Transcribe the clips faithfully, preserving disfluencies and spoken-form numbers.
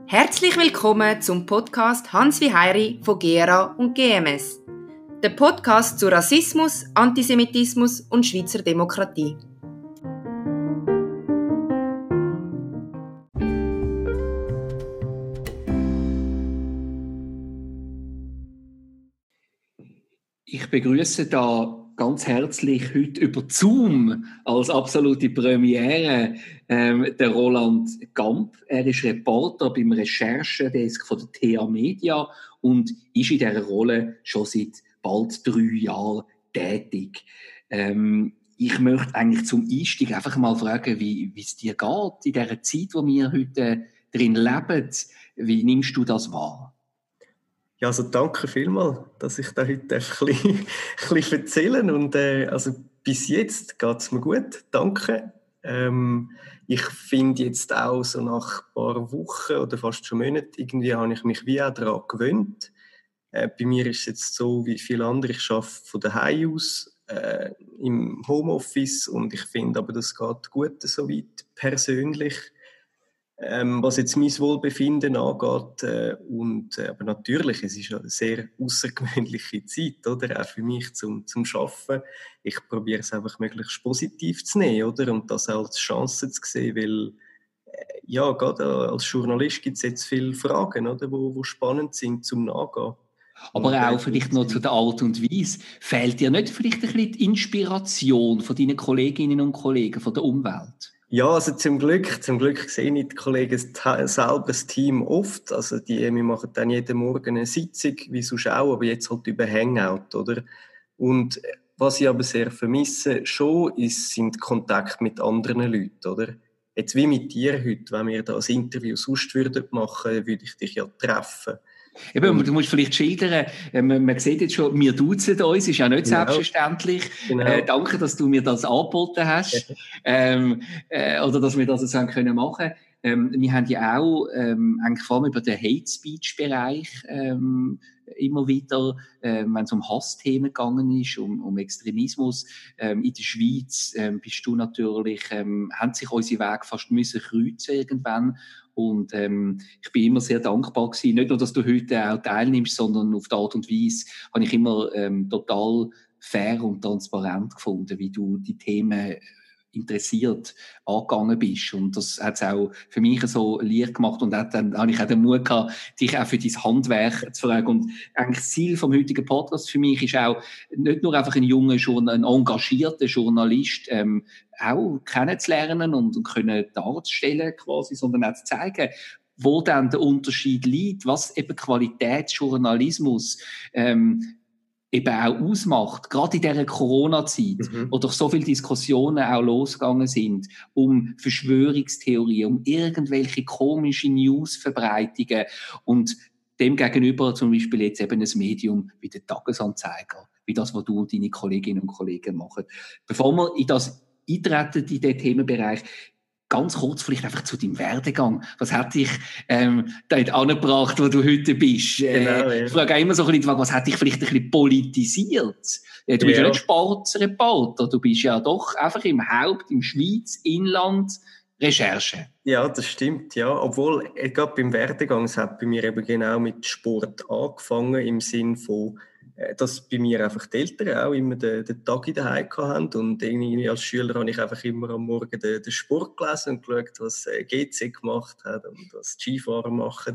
Herzlich willkommen zum Podcast Hans wie Heiri von Gera und G M S. Der Podcast zu Rassismus, Antisemitismus und Schweizer Demokratie. Ich begrüße da ganz herzlich heute über Zoom als absolute Premiere ähm, den Roland Gamp. Er ist Reporter beim Recherchedesk von der T A Media und ist in dieser Rolle schon seit bald drei Jahren tätig. Ähm, ich möchte eigentlich zum Einstieg einfach mal fragen, wie es dir geht in dieser Zeit, wo wir heute drin leben. Wie nimmst du das wahr? Ja, also danke vielmals, dass ich da heute ein bisschen, ein bisschen erzählen und äh, also bis jetzt geht es mir gut, danke. Ähm, ich finde jetzt auch so nach ein paar Wochen oder fast schon Monaten, irgendwie habe ich mich wie auch daran gewöhnt. Äh, bei mir ist es jetzt so, wie viele andere, ich arbeite von daheim aus äh, im Homeoffice und ich finde aber, das geht gut soweit persönlich. Ähm, was jetzt mein Wohlbefinden angeht. Äh, und, äh, aber natürlich, es ist eine sehr außergewöhnliche Zeit, oder? Auch für mich zum, zum Arbeiten. Ich probiere es einfach möglichst positiv zu nehmen, oder? Und das auch als Chance zu sehen, weil äh, ja, gerade als Journalist gibt es jetzt viele Fragen, oder? Wo, wo spannend sind zum Nachgehen. Aber und, auch äh, vielleicht noch zu der Art und Weise. Fehlt dir nicht vielleicht ein bisschen die Inspiration von deinen Kolleginnen und Kollegen von der Umwelt? Ja, also zum Glück, zum Glück sehe ich die Kollegen selber das Team oft. Also die, wir machen dann jeden Morgen eine Sitzung, wie sonst auch, aber jetzt halt über Hangout, oder? Und was ich aber sehr vermisse schon, ist, sind Kontakt mit anderen Leuten, oder? Jetzt wie mit dir heute, wenn wir da ein Interview sonst würden machen, würde ich dich ja treffen. Eben, und du musst vielleicht schildern, äh, man, man sieht jetzt schon, wir duzen uns, ist ja nicht genau. selbstverständlich. Genau. Äh, danke, dass du mir das angeboten hast, ähm, äh, oder dass wir das jetzt haben können machen. Ähm, wir haben ja auch ähm, eigentlich vor allem über den Hate-Speech-Bereich ähm, immer wieder, äh, wenn es um Hassthemen gegangen ist, um, um Extremismus. Ähm, in der Schweiz ähm, bist du natürlich, ähm, haben sich unsere Wege fast müssen kreuzen irgendwann. Und ähm, ich bin immer sehr dankbar gewesen, nicht nur, dass du heute auch teilnimmst, sondern auf die Art und Weise habe ich immer ähm, total fair und transparent gefunden, wie du die Themen interessiert angegangen bist. Und das hat es auch für mich so leicht gemacht und auch, dann habe ich auch den Mut gehabt, dich auch für dein Handwerk zu fragen. Und eigentlich das Ziel vom heutigen Podcast für mich ist auch, nicht nur einfach einen jungen, ein engagierten Journalist ähm, auch kennenzulernen und, und können darzustellen quasi, sondern auch zu zeigen, wo dann der Unterschied liegt, was eben Qualitätsjournalismus ähm, eben auch ausmacht, gerade in dieser Corona-Zeit, mhm. wo doch so viele Diskussionen auch losgegangen sind, um Verschwörungstheorien, um irgendwelche komischen Newsverbreitungen und dem gegenüber zum Beispiel jetzt eben ein Medium wie der Tagesanzeiger, wie das, was du und deine Kolleginnen und Kollegen machen. Bevor wir in das eintreten, in diesen Themenbereich, ganz kurz vielleicht einfach zu deinem Werdegang. Was hat dich ähm, dort angebracht, wo du heute bist? Genau, äh, ja. Ich frage auch immer so ein bisschen, was hat dich vielleicht ein bisschen politisiert? Äh, du bist ja, ja nicht Sportreporter, du bist ja doch einfach im Haupt, im Schweiz, Inland, Recherche. Ja, das stimmt, ja. Obwohl, äh, gerade beim Werdegang, es hat bei mir eben genau mit Sport angefangen, im Sinn von, dass bei mir einfach die Eltern auch immer den, den Tag in der Heim hatten und irgendwie als Schüler habe ich einfach immer am Morgen den, den Sport gelesen und geschaut, was G C gemacht hat und was die Skifahrer machen.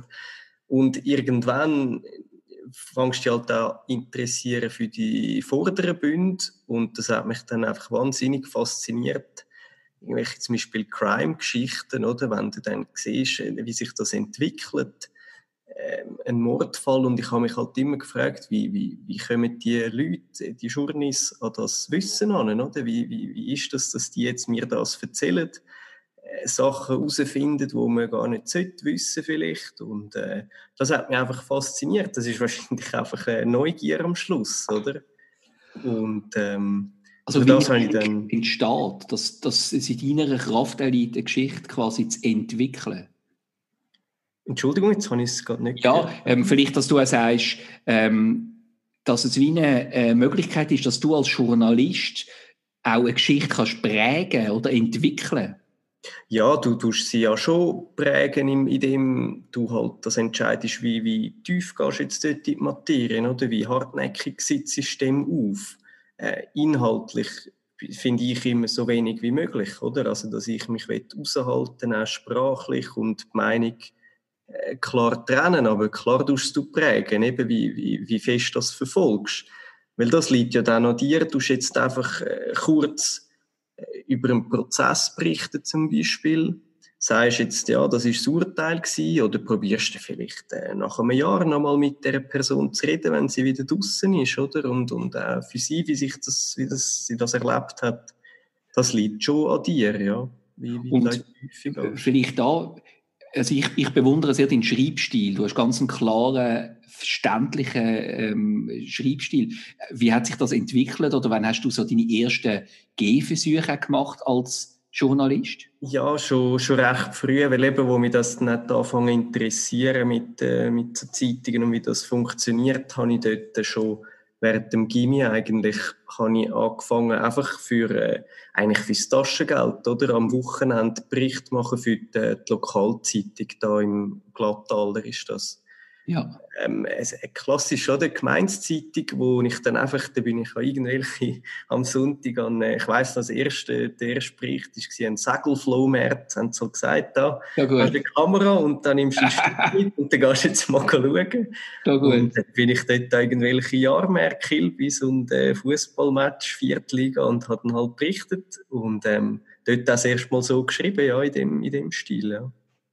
Und irgendwann fängst du halt auch interessieren für die vorderen Bünde und das hat mich dann einfach wahnsinnig fasziniert. Irgendwelche zum Beispiel Crime-Geschichten, oder? Wenn du dann siehst, wie sich das entwickelt, ein Mordfall und ich habe mich halt immer gefragt, wie, wie, wie kommen die Leute, die Journalisten an das Wissen an, oder? Wie, wie, wie ist das, dass die jetzt mir das erzählen, äh, Sachen herausfinden, die man gar nicht sollte wissen vielleicht und äh, das hat mich einfach fasziniert, das ist wahrscheinlich einfach eine Neugier am Schluss, oder? Und ähm, also wie das ich dann entsteht, dass, dass es in deiner Kraft liegt, eine Geschichte quasi zu entwickeln. Entschuldigung, jetzt habe ich es gerade nicht Ja, ähm, vielleicht, dass du auch sagst, ähm, dass es wie eine äh, Möglichkeit ist, dass du als Journalist auch eine Geschichte kannst prägen oder entwickeln. Ja, du tust sie ja schon prägen, indem du halt das entscheidest, wie, wie tief gehst du jetzt dort in die Materie, oder wie hartnäckig sitzt das System auf. Äh, inhaltlich finde ich immer so wenig wie möglich, oder? Also, dass ich mich raushalten will, auch sprachlich und die Meinung äh, klar trennen, aber klar tust du prägen, eben wie, wie, wie fest das verfolgst. Weil das liegt ja dann an dir, du tust jetzt einfach äh, kurz über einen Prozess berichten zum Beispiel, sagst jetzt, ja, das war das Urteil gewesen, oder probierst du vielleicht äh, nach einem Jahr nochmal mit der Person zu reden, wenn sie wieder draussen ist, oder? Und, und auch für sie, wie sich das, wie das, sie das erlebt hat, das liegt schon an dir, ja. Wie, wie Und vielleicht da, also ich, ich bewundere sehr den Schreibstil. Du hast ganz einen klaren, verständlichen ähm, Schreibstil. Wie hat sich das entwickelt oder wann hast du so deine ersten Gehversuche gemacht als Journalist? Ja, schon, schon recht früh, weil eben, wo mich das nicht anfangen interessieren mit, äh, mit so Zeitungen und wie das funktioniert, habe ich dort schon während dem Gymi eigentlich habe ich angefangen, einfach für, äh, eigentlich fürs Taschengeld, oder? Am Wochenende Bericht machen für die, die Lokalzeitung da im Glattaler ist das. Ja. Ähm, eine klassisch, oder? Gemeindeszeitung, wo ich dann einfach, da bin ich an irgendwelche, am Sonntag an, ich weiss, das erste, der erste Bericht war ein Segelflohmarkt, haben sie so gesagt, da, ja, gut. hast du eine Kamera und dann nimmst du einen Stift mit und dann gehst du jetzt mal schauen. Ja, gut. Und dann bin ich dort an irgendwelche Jahrmärkte, Kilbis und äh, Fußballmatch, Viertliga und habe dann halt berichtet und ähm, dort das erste Mal so geschrieben, ja, in dem, in dem Stil, ja.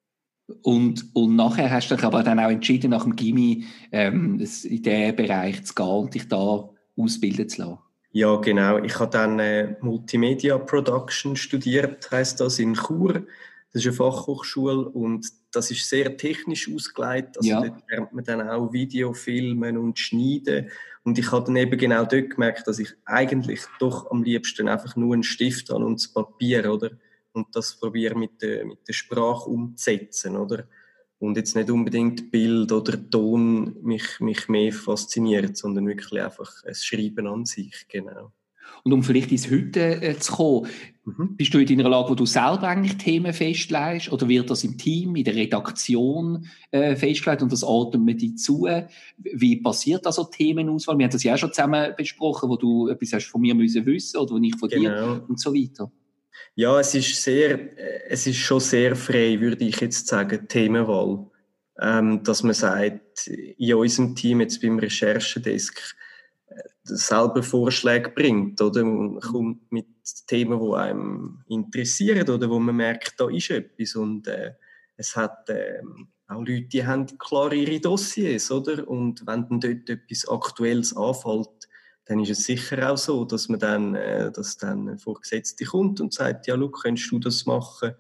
Und, und nachher hast du dich aber dann auch entschieden, nach dem Gymi ähm, in diesen Bereich zu gehen und dich da ausbilden zu lassen. Ja, genau. Ich habe dann äh, Multimedia Production studiert, heisst das, in Chur. Das ist eine Fachhochschule und das ist sehr technisch ausgelegt. Also ja. Dort lernt man dann auch Video filmen und schneiden. Und ich habe dann eben genau dort gemerkt, dass ich eigentlich doch am liebsten einfach nur einen Stift habe und das Papier, oder? Und das probiere mit der, mit der Sprache umzusetzen, oder? Und jetzt nicht unbedingt Bild oder Ton mich, mich mehr fasziniert, sondern wirklich einfach das Schreiben an sich, genau. Und um vielleicht ins Heute äh, zu kommen, mhm. bist du in einer Lage, wo du selber eigentlich Themen festlegst, oder wird das im Team, in der Redaktion äh, festgelegt und das ordnen wir dir zu? Wie passiert also Themenauswahl? Wir haben das ja auch schon zusammen besprochen, wo du etwas hast von mir müssen wissen oder wo ich von genau. dir und so weiter. Ja, es ist sehr, es ist schon sehr frei, würde ich jetzt sagen, Themenwahl. Ähm, dass man sagt, in unserem Team, jetzt beim Recherchedesk, äh, selber Vorschläge bringt, oder? Man kommt mit Themen, die einem interessieren, oder wo man merkt, da ist etwas. Und äh, es hat äh, auch Leute, die haben klar ihre Dossiers, oder? Und wenn dann dort etwas Aktuelles anfällt, dann ist es sicher auch so, dass man dann, äh, dass dann ein Vorgesetzter kommt und sagt, ja, schau, könntest du das machen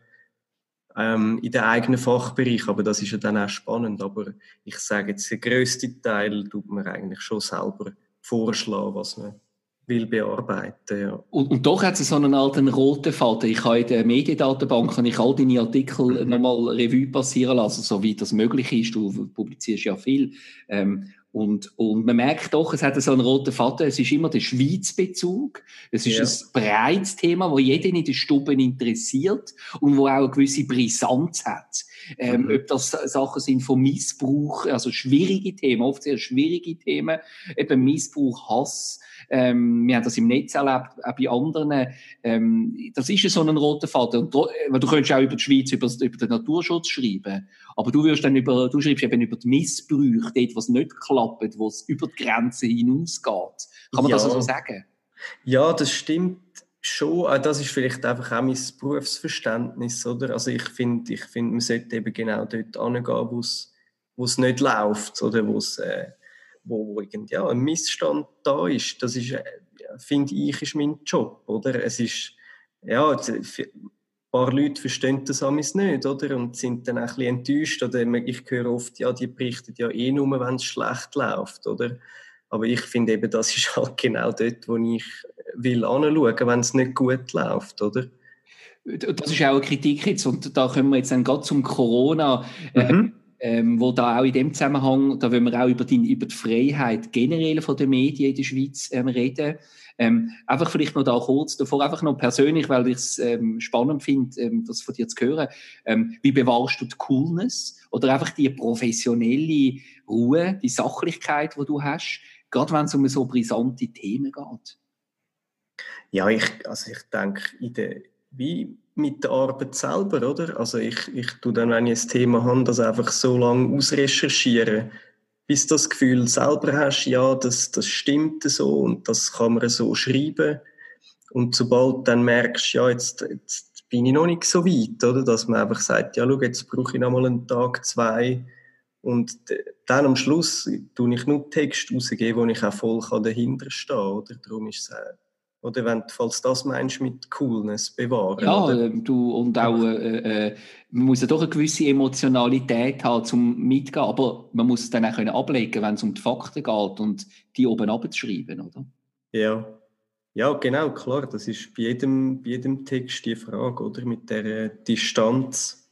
ähm, in den eigenen Fachbereich, aber das ist ja dann auch spannend, aber ich sage jetzt, der grösste Teil tut man eigentlich schon selber vorschlagen, was man will bearbeiten, ja. Und, und doch hat es so einen alten roten Faden. Ich habe in der Mediendatenbank ich all deine Artikel mhm. nochmal Revue passieren lassen, so wie das möglich ist. Du publizierst ja viel. Ähm, Und, und man merkt doch, es hat so einen roten Faden, es ist immer der Schweizbezug. Es ist ja. ein breites Thema, das jeden in der Stube interessiert und wo auch eine gewisse Brisanz hat. Ähm, mhm. Ob das Sachen sind von Missbrauch, also schwierige Themen, oft sehr schwierige Themen, eben Missbrauch, Hass. Ähm, wir haben das im Netz erlebt, auch bei anderen. Ähm, das ist so ein roter Faden. Und du, du könntest auch über die Schweiz, über, über den Naturschutz schreiben. Aber du wirst dann über, du schreibst eben über die Missbrauch, dort, was nicht klappt, wo es über die Grenze hinausgeht. Kann man ja. das so sagen? Ja, das stimmt schon. Das ist vielleicht einfach auch mein Berufsverständnis, oder? Also ich finde, ich finde, man sollte eben genau dort hingehen, wo es, wo es nicht läuft, oder wo es, äh, wo, wo irgend, ja, ein Missstand da ist. Das ist, äh, finde ich, ist mein Job, oder? Es ist, ja, ein paar Leute verstehen das amigs nicht, oder? Und sind dann auch ein bisschen enttäuscht, oder? Ich höre oft, ja, die berichten ja eh nur, wenn es schlecht läuft, oder? Aber ich finde eben, das ist halt genau dort, wo ich will anschauen, wenn es nicht gut läuft, oder? Das ist auch eine Kritik jetzt, und da kommen wir jetzt dann gerade zum Corona. Mhm. ähm, wo da auch in dem Zusammenhang, da wollen wir auch über die, über die Freiheit generell von den Medien in der Schweiz ähm, reden. Ähm, einfach vielleicht noch da kurz davor, einfach noch persönlich, weil ich es ähm, spannend finde, ähm, das von dir zu hören. Ähm, wie bewahrst du die Coolness oder einfach die professionelle Ruhe, die Sachlichkeit, die du hast, gerade wenn es um so brisante Themen geht? Ja, ich, also ich denke, in der, wie mit der Arbeit selber, oder? Also ich, ich tue dann, wenn ich ein Thema habe, das einfach so lange ausrecherchieren, bis du das Gefühl selber hast, ja, das, das stimmt so und das kann man so schreiben. Und sobald du dann merkst, ja, jetzt, jetzt bin ich noch nicht so weit, oder? Dass man einfach sagt, ja, schau, jetzt brauche ich noch mal einen Tag, zwei. Und dann am Schluss tue ich nur Text rausgeben, wo ich auch voll dahinter stehen kann, oder? Darum ist es auch, oder wenn du, falls das meinst, mit Coolness bewahren. Ja, oder? äh, du, und auch, äh, äh, man muss ja doch eine gewisse Emotionalität haben, zum mitgehen, aber man muss es dann auch können ablegen, wenn es um die Fakten geht und die oben abzuschreiben, oder? Ja. Ja, genau, klar, das ist bei jedem, bei jedem Text die Frage, oder? Mit der äh, Distanz,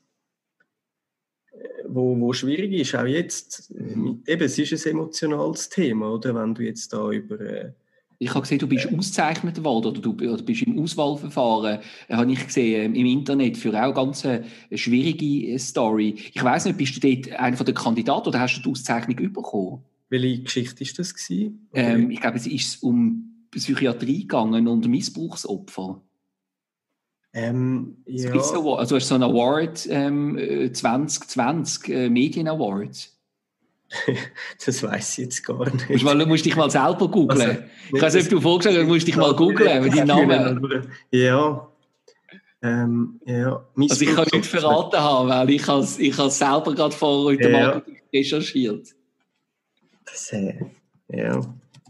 wo, wo schwierig ist, auch jetzt. Mhm. Mit, eben, es ist ein emotionales Thema, oder? Wenn du jetzt da über... Äh, Ich habe gesehen, du bist ausgezeichnet worden oder du oder bist im Auswahlverfahren, äh, habe ich gesehen, im Internet, für auch ganz eine schwierige Story. Ich weiss nicht, bist du dort einer der Kandidaten oder hast du die Auszeichnung bekommen? welche Geschichte war das gewesen? Ähm, ich glaube, es ist um Psychiatrie gegangen und Missbrauchsopfer. Ähm, ja. Swiss Award, also hast so einen Award ähm, zwanzig zwanzig, äh, Medien Award. Das weiss ich jetzt gar nicht. Du musst, musst dich mal selber googlen. Also, ich weiß nicht, ob du vorgeschlagen hast, du musst dich mal googlen, mit deinem Namen. Ja. Ähm, ja. Also ich kann nicht verraten haben, weil ich habe ich es selber gerade vor heute ja. Morgen recherchiert. Das, äh, ja.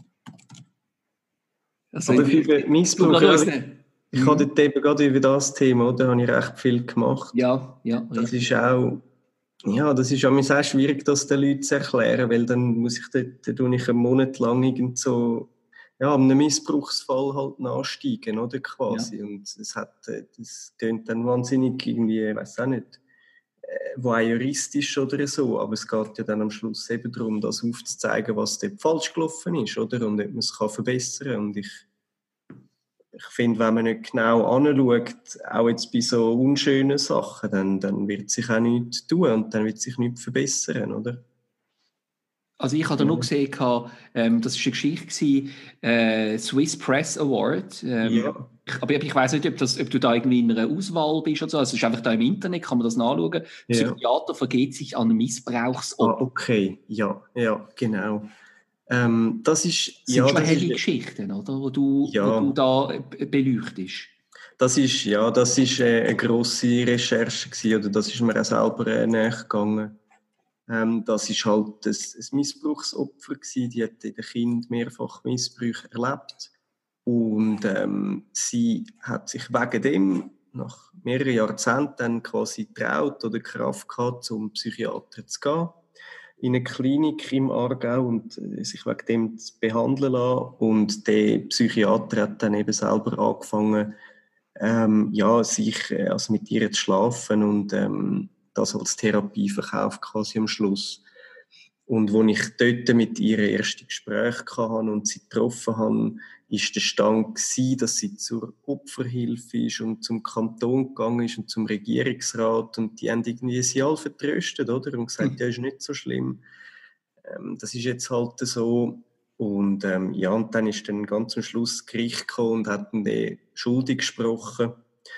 Also aber für Missbrauch, ich, ich mhm. habe dort eben gerade über das Thema, da habe ich recht viel gemacht. Ja, ja. Das richtig. Ist auch, ja, das ist auch sehr schwierig, das den Leuten zu erklären, weil dann muss ich dort, da tue ich einen Monat lang irgend so, ja, einem Missbrauchsfall halt nachsteigen, oder, quasi. Ja. Und es hat, das tönt dann wahnsinnig irgendwie, ich weiss auch nicht, voyeuristisch oder so, aber es geht ja dann am Schluss eben darum, das aufzuzeigen, was dort falsch gelaufen ist, oder, und ob man es kann verbessern kann. Und ich, ich finde, wenn man nicht genau anschaut, auch jetzt bei so unschönen Sachen, dann, dann wird sich auch nichts tun und dann wird sich nichts verbessern, oder? Also ich habe da ja. noch gesehen, ähm, das war eine Geschichte, äh, Swiss Press Award. Ähm, ja. Aber ich weiss nicht, ob, das, ob du da irgendwie in einer Auswahl bist oder so. Also es ist einfach da im Internet, kann man das nachschauen. Ja. Psychiater vergeht sich an Missbrauchsopfern. Ah, okay, ja, ja, genau. Ähm, das ist... Das ja, sind schon das helle ist, Geschichten, oder? Wo du, ja. wo du da beleuchtest. Das ist, ja, das ist äh, eine grosse Recherche gewesen, oder das ist mir auch selber äh, nachgegangen. Ähm, das ist halt ein, ein Missbrauchsopfer gewesen, die hat in den Kind mehrfach Missbrauch erlebt. Und ähm, sie hat sich wegen dem nach mehreren Jahrzehnten dann quasi getraut oder Kraft gehabt, zum Psychiater zu gehen, in eine Klinik im Aargau und äh, sich wegen dem zu behandeln lassen. Und der Psychiater hat dann eben selber angefangen, ähm, ja, sich, äh, also mit ihr zu schlafen und ähm, das als Therapie verkauft quasi am Schluss. Und als ich dort mit ihr erste Gespräche hatte und sie getroffen habe, war der Stand gewesen, dass sie zur Opferhilfe ist und zum Kanton gegangen ist und zum Regierungsrat und die haben irgendwie sie alle vertröstet, oder? Und gesagt, mhm. ja, ist nicht so schlimm. Ähm, das ist jetzt halt so. Und ähm, ja, und dann ist dann ganz am Schluss das Gericht gekommen und hat dann schuldig gesprochen.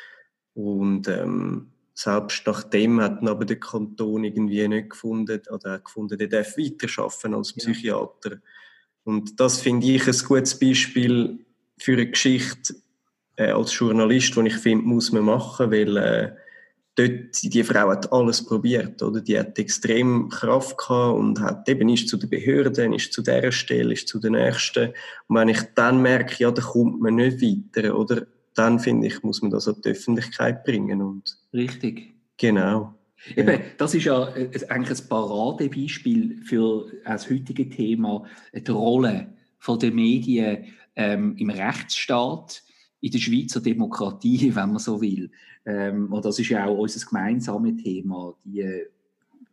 Und ähm, selbst nachdem hat dann aber der Kanton irgendwie nicht gefunden, oder gefunden, er darf weiterarbeiten als Psychiater. Ja. Und das finde ich ein gutes Beispiel für eine Geschichte äh, als Journalist, die ich finde, muss man machen, weil äh, dort, die Frau hat alles probiert, oder? Die hat extrem Kraft gehabt und hat eben, ist zu den Behörden, ist zu dieser Stelle, ist zu der nächsten. Und wenn ich dann merke, ja, da kommt man nicht weiter, oder? Dann, finde ich, muss man das an die Öffentlichkeit bringen. Und richtig. Genau. Eben, ja. Das ist ja eigentlich ein Paradebeispiel für das heutige Thema, die Rolle der Medien ähm, im Rechtsstaat, in der Schweizer Demokratie, wenn man so will. Ähm, und das ist ja auch unser gemeinsames Thema, die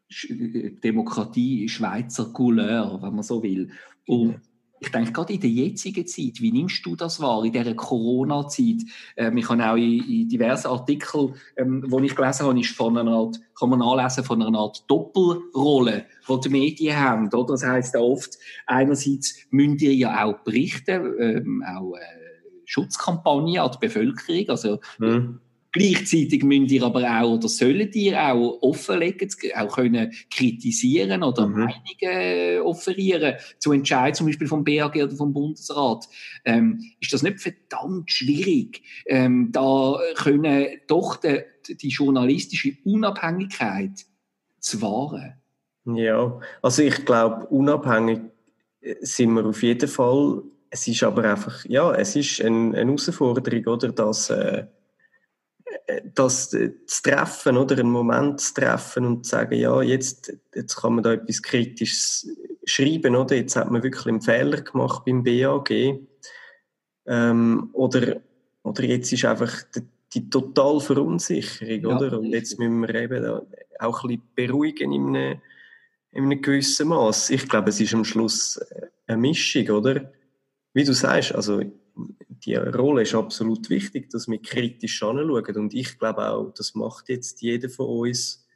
Demokratie Schweizer Couleur, wenn man so will. Und ich denke, gerade in der jetzigen Zeit, wie nimmst du das wahr, in dieser Corona-Zeit? Ähm, ich habe auch in, in diversen Artikeln, ähm, die ich gelesen habe, ist von einer Art, kann man anlesen, von einer Art Doppelrolle, die die Medien haben. Oder? Das heisst oft, einerseits müsst ihr ja auch berichten, ähm, auch äh, Schutzkampagnen an die Bevölkerung, also mhm. Gleichzeitig müsst ihr aber auch, oder sollt ihr auch offenlegen, auch können kritisieren oder mhm. Meinungen offerieren zu Entscheidungen, zum Beispiel vom B A G oder vom Bundesrat. Ähm, ist das nicht verdammt schwierig, ähm, da können doch de, die journalistische Unabhängigkeit zu wahren? Ja, also ich glaube, unabhängig sind wir auf jeden Fall. Es ist aber einfach, ja, es ist eine, eine Herausforderung, oder, dass äh, das zu treffen, oder einen Moment zu treffen und zu sagen, ja, jetzt, jetzt kann man da etwas Kritisches schreiben, oder? Jetzt hat man wirklich einen Fehler gemacht beim B A G. Ähm, oder, oder jetzt ist einfach die, die totale Verunsicherung, ja, oder? Und jetzt müssen wir eben da auch ein bisschen beruhigen in einem, in einem gewissen Maß. Ich glaube, es ist am Schluss eine Mischung, oder? Wie du sagst, also die Rolle ist absolut wichtig, dass wir kritisch anschauen. Und ich glaube auch, das macht jetzt jeder von uns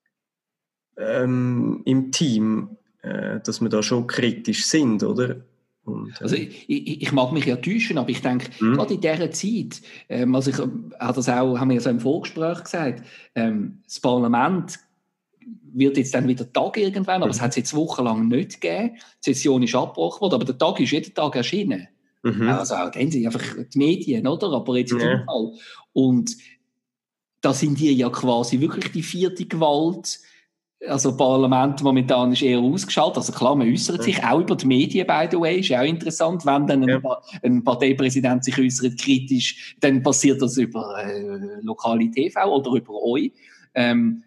ähm, im Team, äh, dass wir da schon kritisch sind, oder? Und, äh, also ich, ich, ich mag mich ja täuschen, aber ich denke, mhm. gerade in dieser Zeit, ähm, also ich habe das auch, haben wir ja so im Vorgespräch gesagt, ähm, das Parlament wird jetzt dann wieder Tag irgendwann, aber mhm. es hat es jetzt wochenlang nicht gegeben. Die Session ist abgebrochen worden, aber der Tag ist jeden Tag erschienen. Mhm. Also auch dann sind einfach die Medien, oder? Aber jetzt in ja. dem Fall. Und da sind die ja quasi wirklich die vierte Gewalt. Also Parlament momentan ist eher ausgeschaltet. Also klar, man äußert ja. sich auch über die Medien, by the way. Ist ja auch interessant, wenn dann ja. ein, ein Parteipräsident sich äußert kritisch, dann passiert das über äh, lokale T V oder über euch. Ähm,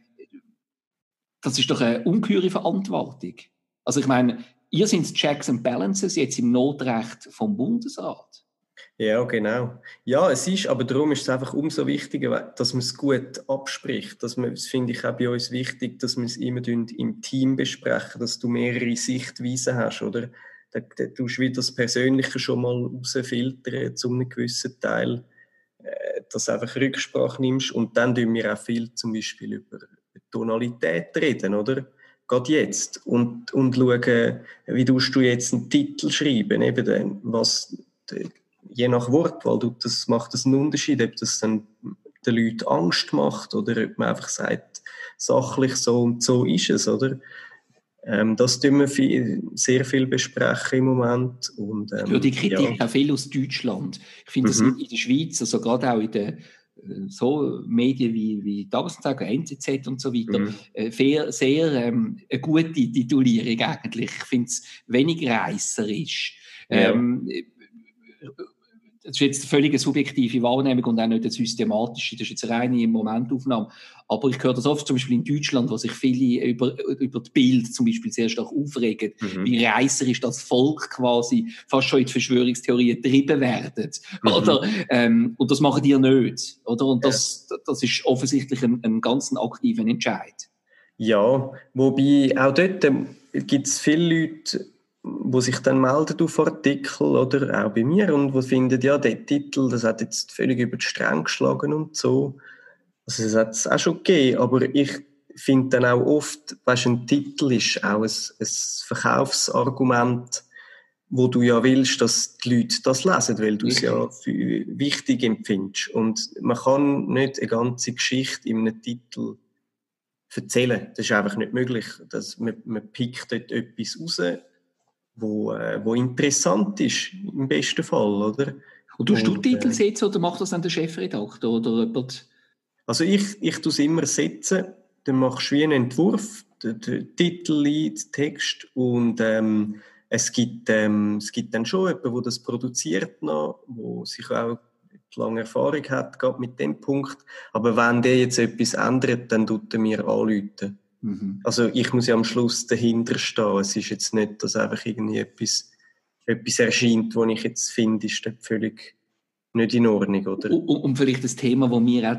das ist doch eine ungeheure Verantwortung. Also ich meine, ihr seid Checks and Balances jetzt im Notrecht vom Bundesrat. Ja, genau. Ja, es ist, aber darum ist es einfach umso wichtiger, dass man es gut abspricht. Das finde ich auch bei uns wichtig, dass wir es immer im Team besprechen, dass du mehrere Sichtweisen hast, oder? Da, da tust du wieder das Persönliche schon mal rausfiltern zu einem gewissen Teil, äh, dass du einfach Rücksprache nimmst und dann tun wir auch viel zum Beispiel über Tonalität reden, oder? Gerade jetzt. Und, und schauen, wie tust du jetzt einen Titel schreiben, eben dann, was, je nach Wortwahl, das macht das einen Unterschied, ob das dann den Leuten Angst macht oder ob man einfach sagt, sachlich so und so ist es, oder? Ähm, das tun wir viel, sehr viel besprechen im Moment. Und, ähm, ich höre die Kritik ja. auch viel aus Deutschland. Ich finde das mhm. in der Schweiz, also gerade auch in den so Medien wie, wie Tagesanzeiger, N Z Z und so weiter, mhm. äh, sehr, sehr ähm, eine gute Titulierung eigentlich. Ich finde es wenig reisserisch. Ja. Ähm, das ist jetzt eine völlig subjektive Wahrnehmung und auch nicht eine systematische, das ist jetzt eine reine Momentaufnahme. Aber ich höre das oft zum Beispiel in Deutschland, wo sich viele über, über das Bild zum Beispiel sehr stark aufregen, mhm. wie reisserisch das Volk quasi fast schon in die Verschwörungstheorien getrieben werden. Mhm. Oder? Ähm, und das machen die nicht. Oder? Und das, ja. das ist offensichtlich ein, ein ganz aktiver Entscheid. Ja, wobei auch dort ähm, gibt es viele Leute, die sich dann melden auf Artikel oder auch bei mir und die finden, ja, der Titel, das hat jetzt völlig über die Stränge geschlagen und so. Also das hat es auch schon gegeben, aber ich finde dann auch oft, weißt, ein Titel ist auch ein, ein Verkaufsargument, wo du ja willst, dass die Leute das lesen, weil du es ja für wichtig empfindest. Und man kann nicht eine ganze Geschichte in einem Titel erzählen. Das ist einfach nicht möglich. Das, man, man pickt dort etwas raus, Wo, äh, wo interessant ist, im besten Fall, oder? Und tust du Titel äh, setzen oder macht das dann der Chefredakteur oder jemand? Also ich, ich tue es immer setzen, dann machst du wie einen Entwurf, den, den Titel, den Text und ähm, es, gibt, ähm, es gibt dann schon jemanden, der das produziert noch, der sich auch lange Erfahrung hat, gerade mit dem Punkt. Aber wenn der jetzt etwas ändert, dann tut er mir anrufen. Mhm. Also ich muss ja am Schluss dahinter stehen. Es ist jetzt nicht, dass einfach irgendwie etwas, etwas erscheint, was ich jetzt finde, ist völlig nicht in Ordnung, oder? Und, und vielleicht das Thema, das wir auch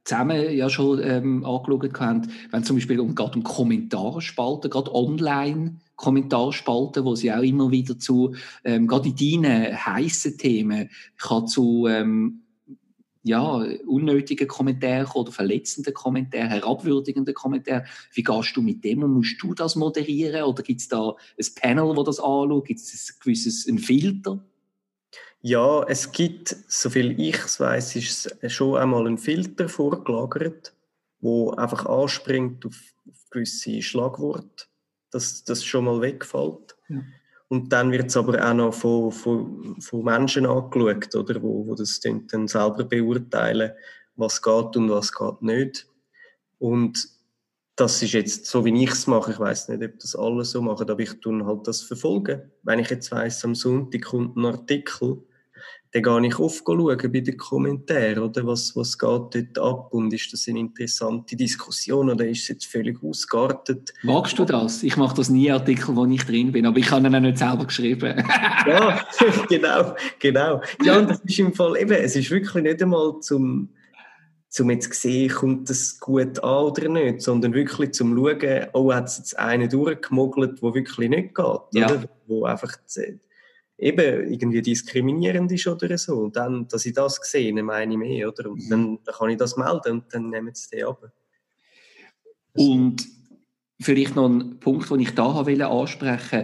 zusammen ja schon ähm, angeschaut haben, wenn es zum Beispiel um, gerade um Kommentarspalten, gerade online Kommentarspalten, wo sie auch immer wieder zu, ähm, gerade in deinen heissen Themen, kann zu ähm, ja, unnötigen Kommentaren oder verletzenden Kommentaren, herabwürdigenden Kommentaren. Wie gehst du mit dem und musst du das moderieren? Oder gibt es da ein Panel, das das anschaut? Gibt es ein gewisses ein Filter? Ja, es gibt, soviel ich es weiss, ist es schon einmal ein Filter vorgelagert, wo einfach anspringt auf, auf gewisse Schlagworte, dass das schon mal wegfällt. Ja. Und dann wird es aber auch noch von, von, von Menschen angeschaut, oder, wo, wo das dann selber beurteilen, was geht und was geht nicht. Und das ist jetzt so, wie ich es mache. Ich weiss nicht, ob das alle so machen, aber ich tue halt das verfolgen. Wenn ich jetzt weiss, am Sonntag kommt ein Artikel, dann gehe ich oft schauen bei den Kommentaren, oder? Was, was geht dort ab und ist das eine interessante Diskussion oder ist es jetzt völlig ausgeartet? Magst du das? Ich mache das nie, Artikel, wo ich drin bin, aber ich habe ihn auch nicht selber geschrieben. Ja, genau, genau. Ja, und das ist im Fall eben, es ist wirklich nicht einmal zum, zum jetzt sehen, kommt das gut an oder nicht, sondern wirklich zum schauen, oh, hat es jetzt einen durchgemogelt, der wirklich nicht geht, ja. Oder? Wo einfach eben irgendwie diskriminierend ist oder so. Und dann, dass ich das sehe, meine ich mehr, oder? Und dann, dann kann ich das melden und dann nehmen sie den ab. Und vielleicht noch ein Punkt, den ich da wollte ansprechen,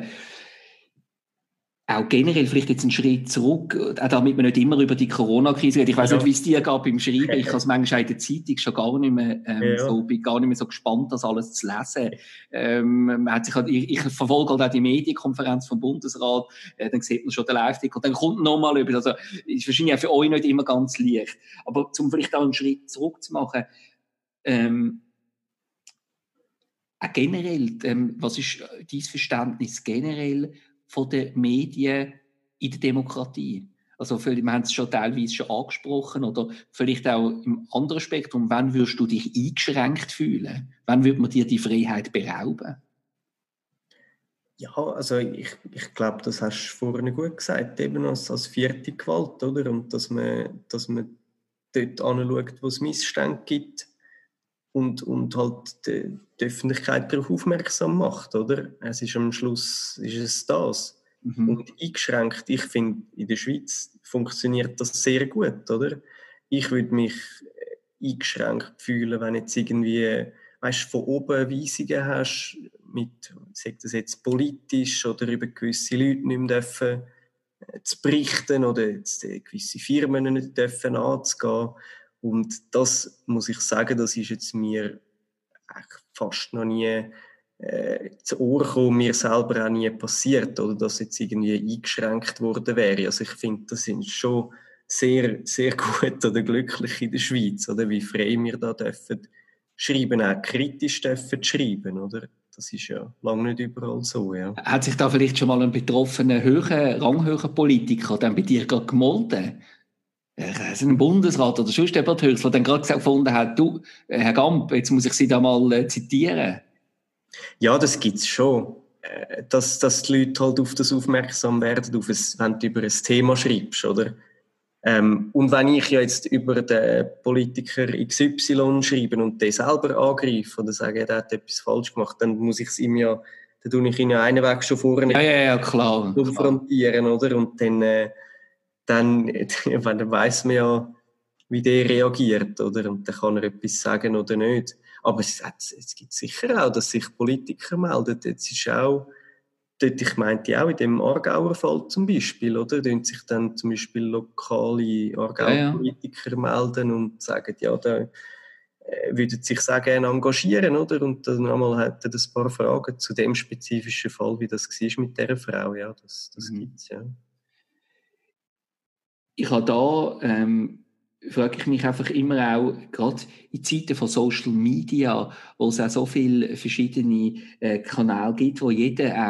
auch generell vielleicht jetzt einen Schritt zurück, auch damit man nicht immer über die Corona-Krise redet. Ich weiss ja. nicht, wie es dir geht beim Schreiben. Ich habe es manchmal in der Zeitung schon gar nicht mehr, ähm, ja. so, bin gar nicht mehr so gespannt, das alles zu lesen. Ähm, man hat sich halt, ich, ich verfolge halt auch die Medienkonferenz vom Bundesrat, äh, dann sieht man schon den Live-Tick und dann kommt noch mal etwas. Also, ist wahrscheinlich auch für euch nicht immer ganz leicht. Aber um vielleicht auch einen Schritt zurück zu machen, ähm, auch generell, ähm, was ist dein Verständnis generell von den Medien in der Demokratie? Also wir haben es schon teilweise schon angesprochen oder vielleicht auch im anderen Spektrum, wann würdest du dich eingeschränkt fühlen? Wann würde man dir die Freiheit berauben? Ja, also ich, ich glaube, das hast du vorhin gut gesagt, eben als, als vierte Gewalt, oder? Und dass man, dass man dort anschaut, wo es Missstände gibt und, und halt die, die Öffentlichkeit darauf aufmerksam macht, oder? Es ist am Schluss ist es das. Mhm. Und eingeschränkt, ich finde, in der Schweiz funktioniert das sehr gut, oder? Ich würde mich eingeschränkt fühlen, wenn jetzt irgendwie, weißt, von oben Weisungen hast, mit, sagt das jetzt politisch oder über gewisse Leute nicht mehr dürfen äh, zu berichten oder jetzt äh, gewisse Firmen nicht dürfen anzugehen. Und das muss ich sagen, das ist jetzt mir fast noch nie äh, zu Ohr gekommen, mir selber auch nie passiert, oder dass jetzt irgendwie eingeschränkt worden wäre. Also ich finde, das sind schon sehr, sehr gut oder glücklich in der Schweiz, oder wie frei wir da dürfen schreiben, auch kritisch dürfen schreiben, oder? Das ist ja lange nicht überall so, ja. Hat sich da vielleicht schon mal ein betroffener, höherer, ranghöherer Politiker dann bei dir gerade gemolden? Also ein Bundesrat oder sonst jemand höchst, der dann gerade gefunden hat, du, Herr Gamp, jetzt muss ich Sie da mal äh, zitieren. Ja, das gibt es schon. Äh, dass, dass die Leute halt auf das aufmerksam werden, auf ein, wenn du über ein Thema schreibst, oder? Ähm, und wenn ich ja jetzt über den Politiker X Y schreibe und den selber angreife oder sage, er hat etwas falsch gemacht, dann muss ich es ihm ja, dann tue ich ihn ja einen Weg schon vorne ja, ja, ja, klar, konfrontieren, klar. Oder? Und dann, äh, dann, dann weiss man ja, wie der reagiert, oder? Und dann kann er etwas sagen oder nicht. Aber es, es gibt sicher auch, dass sich Politiker melden. Jetzt ist auch, dort, ich meinte auch in dem Aargauer Fall zum Beispiel, oder? Da sich dann zum Beispiel lokale Aargauer Politiker ja, ja. melden und sagen, ja, da äh, würden sich sehr gerne engagieren, oder? Und dann einmal hätten ein paar Fragen zu dem spezifischen Fall, wie das war mit dieser Frau. Ja, das, das mhm. gibt es, ja. Ich habe da, ähm, frage ich mich einfach immer auch, gerade in Zeiten von Social Media, wo es auch so viele verschiedene äh, Kanäle gibt, wo jeder auch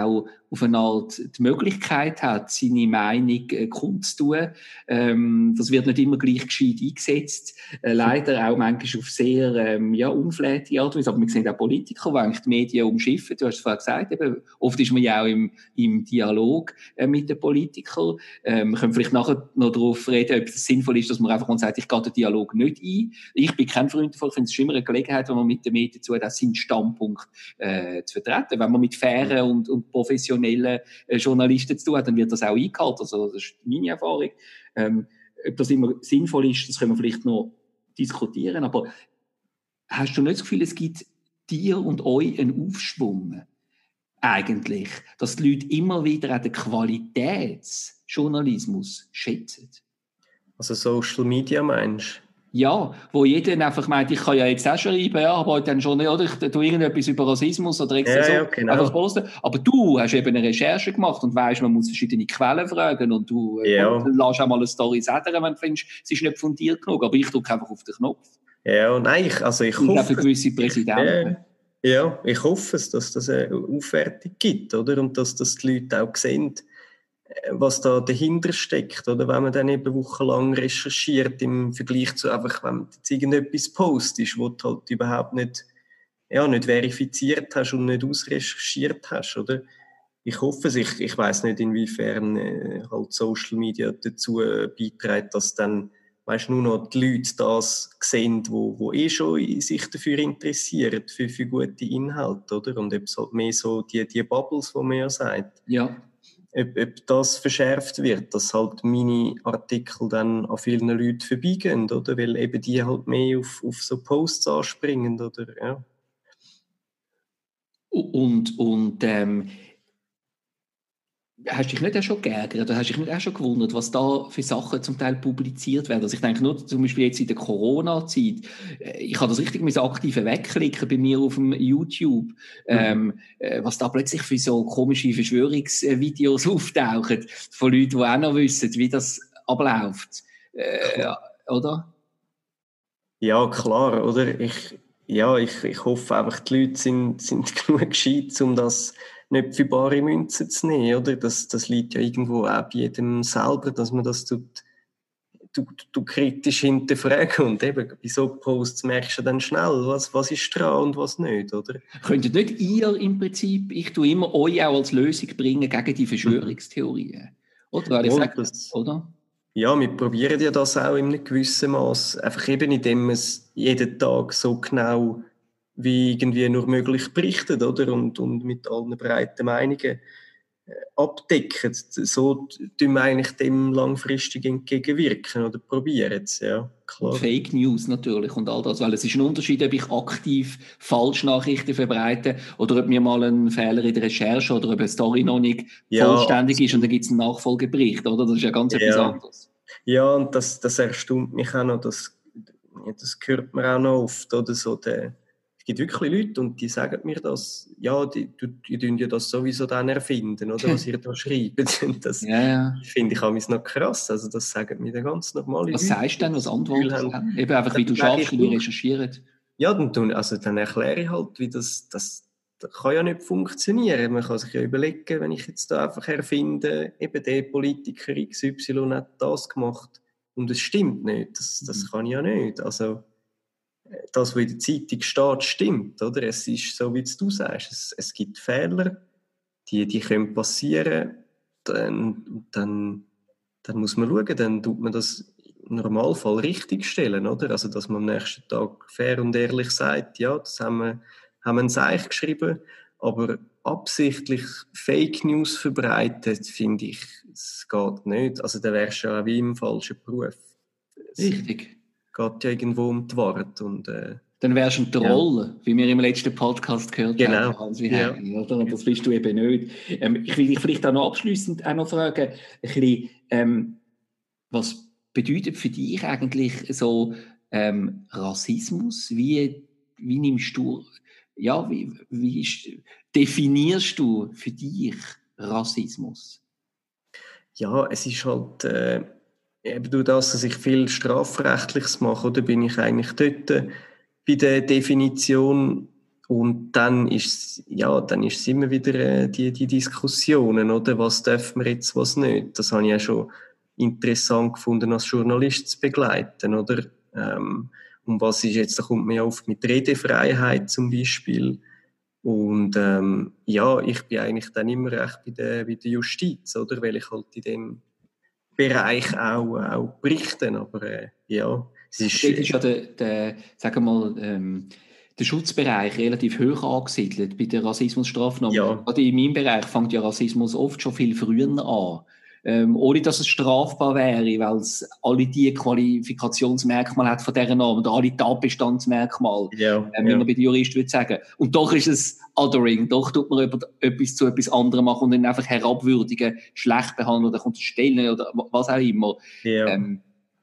auf eine Art die Möglichkeit hat, seine Meinung äh, kundzutun. Ähm, das wird nicht immer gleich gescheit eingesetzt. Äh, leider auch manchmal auf sehr ähm, ja, unflätige Art und Weise. Aber wir sehen auch Politiker, die eigentlich die Medien umschiffen. Du hast es vorher gesagt, eben, oft ist man ja auch im, im Dialog äh, mit den Politikern. Ähm, wir können vielleicht nachher noch darauf reden, ob es sinnvoll ist, dass man einfach sagt, ich gehe den Dialog nicht ein. Ich bin kein Freund davon. Ich finde es immer eine Gelegenheit, wenn man mit den Medien zu hat, seinen Standpunkt äh, zu vertreten. Wenn man mit fairen und, und professionellen äh, Journalisten zu tun hat, dann wird das auch eingehalten. Also, das ist meine Erfahrung. Ähm, ob das immer sinnvoll ist, das können wir vielleicht noch diskutieren. Aber hast du nicht das Gefühl, es gibt dir und euch einen Aufschwung? Eigentlich, dass die Leute immer wieder auch den Qualitätsjournalismus schätzen? Also Social Media meinst du? Ja, wo jeder einfach meint, ich kann ja jetzt auch schreiben, ja, aber dann schon nicht, oder ich tue irgendetwas über Rassismus oder extra ja, so, ja, genau. einfach posten. Aber du hast eben eine Recherche gemacht und weißt, man muss verschiedene Quellen fragen und du ja. äh, lässt auch mal eine Story sagen, wenn du findest, es ist nicht fundiert genug, aber ich drücke einfach auf den Knopf. Ja, und nein, ich, also ich und hoffe... auch für gewisse Präsidenten. Ja, ja, ich hoffe es, dass das eine Aufwertung gibt, oder? Und dass, dass die Leute auch sehen, was da dahinter steckt, oder? Wenn man dann eben wochenlang recherchiert im Vergleich zu einfach, wenn du jetzt irgendetwas postest, wo du halt überhaupt nicht, ja, nicht verifiziert hast und nicht ausrecherchiert hast, oder? Ich hoffe es, ich, ich weiss nicht, inwiefern äh, halt Social Media dazu äh, beiträgt, dass dann, weißt, nur noch die Leute das sehen, wo, wo eh schon sich dafür interessieren, für, für gute Inhalte, oder? Und ob es halt mehr so die, die Bubbles, die man ja sagt. Ja. Ob, ob das verschärft wird, dass halt meine Artikel dann an vielen Leuten vorbeigehen, oder? Weil eben die halt mehr auf, auf so Posts anspringen, oder? Ja. Und, und ähm, hast du dich nicht auch schon geärgert oder hast du dich nicht auch schon gewundert, was da für Sachen zum Teil publiziert werden? Also ich denke nur zum Beispiel jetzt in der Corona-Zeit, ich habe das richtig mit aktiven wegklicken bei mir auf dem YouTube, mhm. ähm, was da plötzlich für so komische Verschwörungsvideos auftauchen von Leuten, die auch noch wissen, wie das abläuft. Äh, oder? Ja, klar, oder? Ich, ja, ich, ich hoffe einfach, die Leute sind, sind genug gescheit, um das nicht für bare Münzen zu nehmen, oder? Das, das liegt ja irgendwo auch bei jedem selber, dass man das tut, du, du kritisch hinterfragen. Und eben bei so Posts merkst du dann schnell, was, was ist dran und was nicht, oder? Könntet nicht ihr im Prinzip, ich tue immer euch auch als Lösung bringen gegen die Verschwörungstheorien? Oder? Weil ich ja, sage, das, oder? Ja, wir probieren ja das auch in einem gewissen Maß. Einfach eben, indem man es jeden Tag so genau wie irgendwie nur möglich berichtet, oder? Und, und mit allen breiten Meinungen äh, abdecken. So tun wir eigentlich dem langfristig entgegenwirken oder probieren es, ja, klar. Und Fake News natürlich und all das, weil es ist ein Unterschied, ob ich aktiv Falschnachrichten verbreite oder ob mir mal ein Fehler in der Recherche oder ob eine Story noch nicht ja, vollständig ist und dann gibt es einen Nachfolgebericht, oder? Das ist ja ganz ja. etwas anderes. Ja, und das, das erstaunt mich auch noch, das, das hört man auch noch oft, oder so, der, es gibt wirklich Leute und die sagen mir das, ja, die, die, die tun ja das sowieso dann erfinden, oder, was ihr da schreibt. Und das ja, ja. finde ich auch noch krass, also das sagen mir dann ganz normale was Leute. Was sagst du denn, was antwortest du dann? Eben einfach, wie du schaffst, wie du recherchierst. Ja, dann, also dann erkläre ich halt, wie das, das Das kann ja nicht funktionieren. Man kann sich ja überlegen, wenn ich jetzt da einfach erfinde, eben der Politiker X Y hat das gemacht und es stimmt nicht. Das, das kann ja nicht. Also das, was in der Zeitung steht, stimmt, oder? Es ist so, wie du sagst. Es, es gibt Fehler, die, die können passieren. Dann, dann, dann muss man schauen, dann tut man das im Normalfall richtig stellen, oder? Also dass man am nächsten Tag fair und ehrlich sagt, ja, das haben wir haben ein Seich geschrieben, aber absichtlich Fake News verbreitet, finde ich, es geht nicht. Also da wärst du ja auch wie im falschen Beruf. Es Richtig. Geht ja irgendwo um die Wahrheit. Und, äh, dann wärst du ein Troll, ja. wie wir im letzten Podcast gehört genau. haben. Hans, wie ja. Heim, oder? Und das bist du eben nicht. Ähm, ich will dich vielleicht auch noch abschliessend auch noch fragen, ein bisschen, ähm, was bedeutet für dich eigentlich so ähm, Rassismus? Wie, wie nimmst du Ja, wie, wie ist, definierst du für dich Rassismus? Ja, es ist halt äh, eben durch das, dass ich viel Strafrechtliches mache, oder bin ich eigentlich dort äh, bei der Definition und dann ist ja, dann ist es immer wieder äh, die, die Diskussionen, oder? Was dürfen wir jetzt, was nicht? Das habe ich auch schon interessant gefunden, als Journalist zu begleiten, oder? Ähm, und was ist jetzt, da kommt man ja oft mit Redefreiheit zum Beispiel. Und ähm, ja, ich bin eigentlich dann immer recht bei der, bei der Justiz, oder? Weil ich halt in dem Bereich auch, auch berichte. Aber äh, ja, es ist... Dort ist ja der, der, sagen wir mal, ähm, der Schutzbereich relativ hoch angesiedelt bei der Rassismusstrafnorm. Ja. Gerade in meinem Bereich fängt ja Rassismus oft schon viel früher an. Ähm, ohne dass es strafbar wäre, weil es alle die Qualifikationsmerkmale hat von dieser Norm oder alle Tatbestandsmerkmale, Ja, äh, wie ja. man bei den Juristen würde sagen. Und doch ist es Othering, doch tut man etwas zu etwas anderem machen und dann einfach herabwürdigen, schlecht behandeln oder unterstellen oder was auch immer. Ja. Ähm,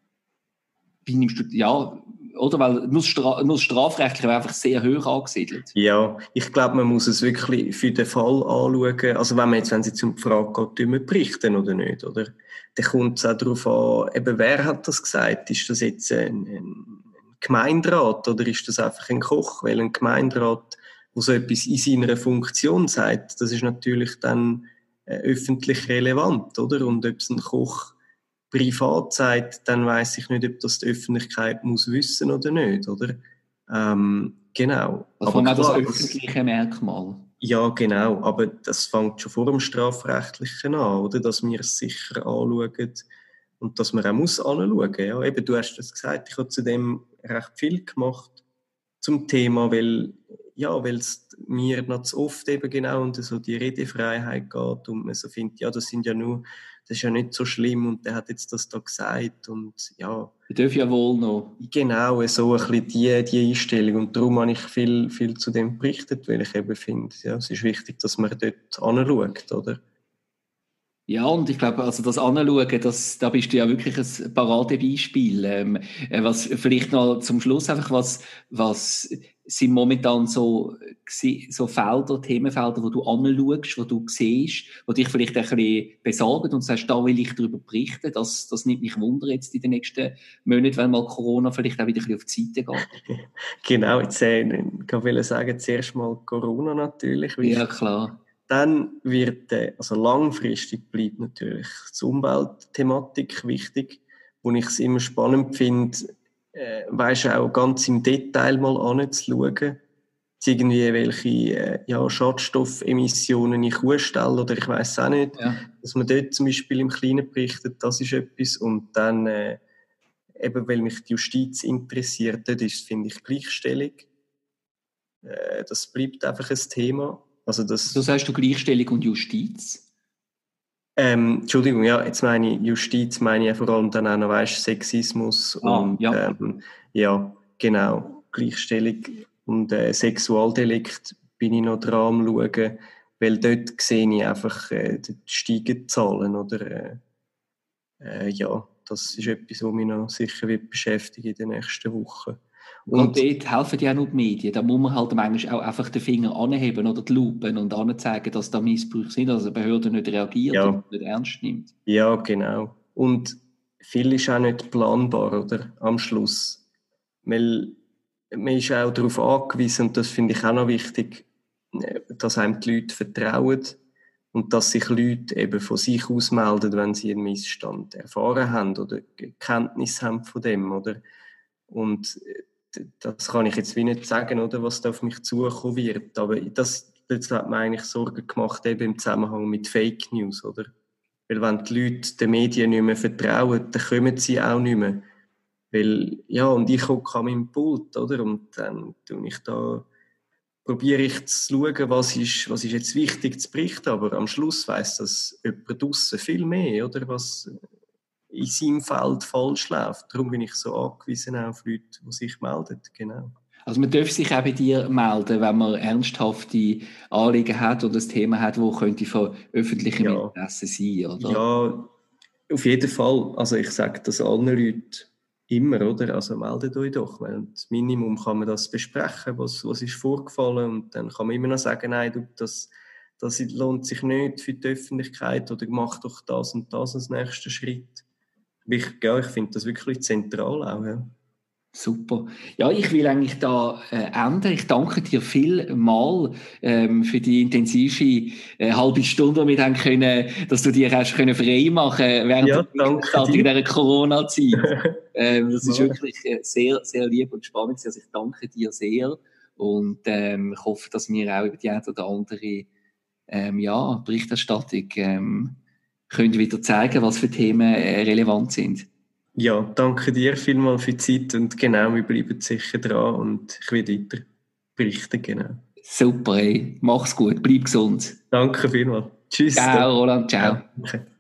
wie nimmst du, ja, oder? Weil nur, Stra nur strafrechtlich wäre einfach sehr hoch angesiedelt. Ja, ich glaube, man muss es wirklich für den Fall anschauen. Also wenn man jetzt, wenn es jetzt um die Frage geht, tun wir berichten oder nicht, oder? Dann kommt es auch darauf an, eben, wer hat das gesagt? Ist das jetzt ein, ein Gemeinderat oder ist das einfach ein Koch? Weil ein Gemeinderat, der so etwas in seiner Funktion sagt, das ist natürlich dann äh, öffentlich relevant, oder? Und ob es ein Koch privat sagt, dann weiss ich nicht, ob das die Öffentlichkeit muss wissen oder nicht, oder? Ähm, genau. Also aber klar, das öffentliche Merkmal. Ja, genau. Aber das fängt schon vor dem Strafrechtlichen an, oder? Dass wir es sicher anschauen und dass man auch muss anschauen. Ja, eben, du hast das gesagt, ich habe zu dem recht viel gemacht zum Thema, weil ja, weil es mir noch zu oft eben genau um so die Redefreiheit geht und man so findet, ja, das sind ja nur, das ist ja nicht so schlimm und der hat jetzt das da gesagt und ja. Ich darf ja wohl noch. Genau, so ein bisschen die, die Einstellung und darum habe ich viel, viel zu dem berichtet, weil ich eben finde, ja, es ist wichtig, dass man dort anschaut, oder? Ja, und ich glaube, also das Anschauen, das, da bist du ja wirklich ein Paradebeispiel. Ähm, was vielleicht noch zum Schluss einfach, was, was sind momentan so, so Felder, Themenfelder, wo du anschaust, wo du siehst, wo dich vielleicht ein bisschen besorgen und sagst, da will ich darüber berichten. Das, das nimmt mich Wunder jetzt in den nächsten Monaten, wenn mal Corona vielleicht auch wieder ein bisschen auf die Seite geht. Genau, jetzt äh, ich will sagen, zuerst mal Corona natürlich. Ja, klar. Dann wird, äh, also langfristig bleibt natürlich die Umweltthematik wichtig, wo ich es immer spannend finde, äh, weisst auch ganz im Detail mal anzuschauen, irgendwie welche äh, ja, Schadstoffemissionen ich ausstelle oder ich weiss auch nicht, ja. dass man dort zum Beispiel im Kleinen berichtet, das ist etwas und dann äh, eben, weil mich die Justiz interessiert, dort ist, finde ich, Gleichstellung. Äh, das bleibt einfach ein Thema. Also das, so sagst du Gleichstellung und Justiz? Ähm, Entschuldigung, ja, jetzt meine ich Justiz, meine ich vor allem dann auch noch, weißt, Sexismus ah, und ja. Ähm, ja, genau, Gleichstellung und äh, Sexualdelikt bin ich noch dran am schauen, weil dort sehe ich einfach äh, die steigenden Zahlen, oder? Äh, äh, ja, das ist etwas, was mich noch sicher wird beschäftigen in den nächsten Wochen. Und dort helfen ja auch noch die Medien. Da muss man halt manchmal auch einfach den Finger anheben oder die Lupe und anzeigen, dass da Missbrüche sind, dass eine Behörde nicht reagiert ja. und nicht ernst nimmt. Ja, genau. Und viel ist auch nicht planbar, oder? Am Schluss. Weil man ist auch darauf angewiesen, und das finde ich auch noch wichtig, dass einem die Leute vertrauen und dass sich Leute eben von sich aus melden, wenn sie einen Missstand erfahren haben oder Kenntnis haben von dem, oder? Und das kann ich jetzt wie nicht sagen, oder, was da auf mich zukommen wird. Aber das, das hat mir eigentlich Sorgen gemacht, eben im Zusammenhang mit Fake News, oder? Weil wenn die Leute den Medien nicht mehr vertrauen, dann kommen sie auch nicht mehr. Weil, ja, und ich hocke an meinem Pult, oder? Und dann tue ich da, probiere ich zu schauen, was ist, was ist jetzt wichtig zu berichten, aber am Schluss weiss das jemand draussen viel mehr, oder? Was in seinem Feld falsch läuft. Darum bin ich so angewiesen auf Leute, die sich melden, genau. Also man darf sich auch bei dir melden, wenn man ernsthafte Anliegen hat oder ein Thema hat, das könnte von öffentlichem ja. Interesse sein, oder? Ja, auf jeden Fall. Also ich sage das allen Leuten immer, oder? Also meldet euch doch. Weil das Minimum kann man das besprechen, was, was ist vorgefallen und dann kann man immer noch sagen, nein, du, das, das lohnt sich nicht für die Öffentlichkeit oder mach doch das und das als nächsten Schritt. Ich, ja, ich finde das wirklich zentral auch, ja. Super. Ja, ich will eigentlich da äh, enden. Ich danke dir vielmal ähm, für die intensive äh, halbe Stunde, die wir haben können, dass du dir hast können frei machen während ja, der Berichterstattung in dieser Corona-Zeit. ähm, das ist wirklich äh, sehr, sehr lieb und spannend. Also ich danke dir sehr und ähm, ich hoffe, dass wir auch über die eine oder andere ähm, ja, Berichterstattung ähm, können wieder zeigen, was für Themen äh, relevant sind. Ja, danke dir vielmals für die Zeit und genau, wir bleiben sicher dran und ich werde weiter berichten, genau. Super, ey. Mach's gut, bleib gesund. Danke vielmals. Tschüss. Ciao, Roland, ciao. Danke.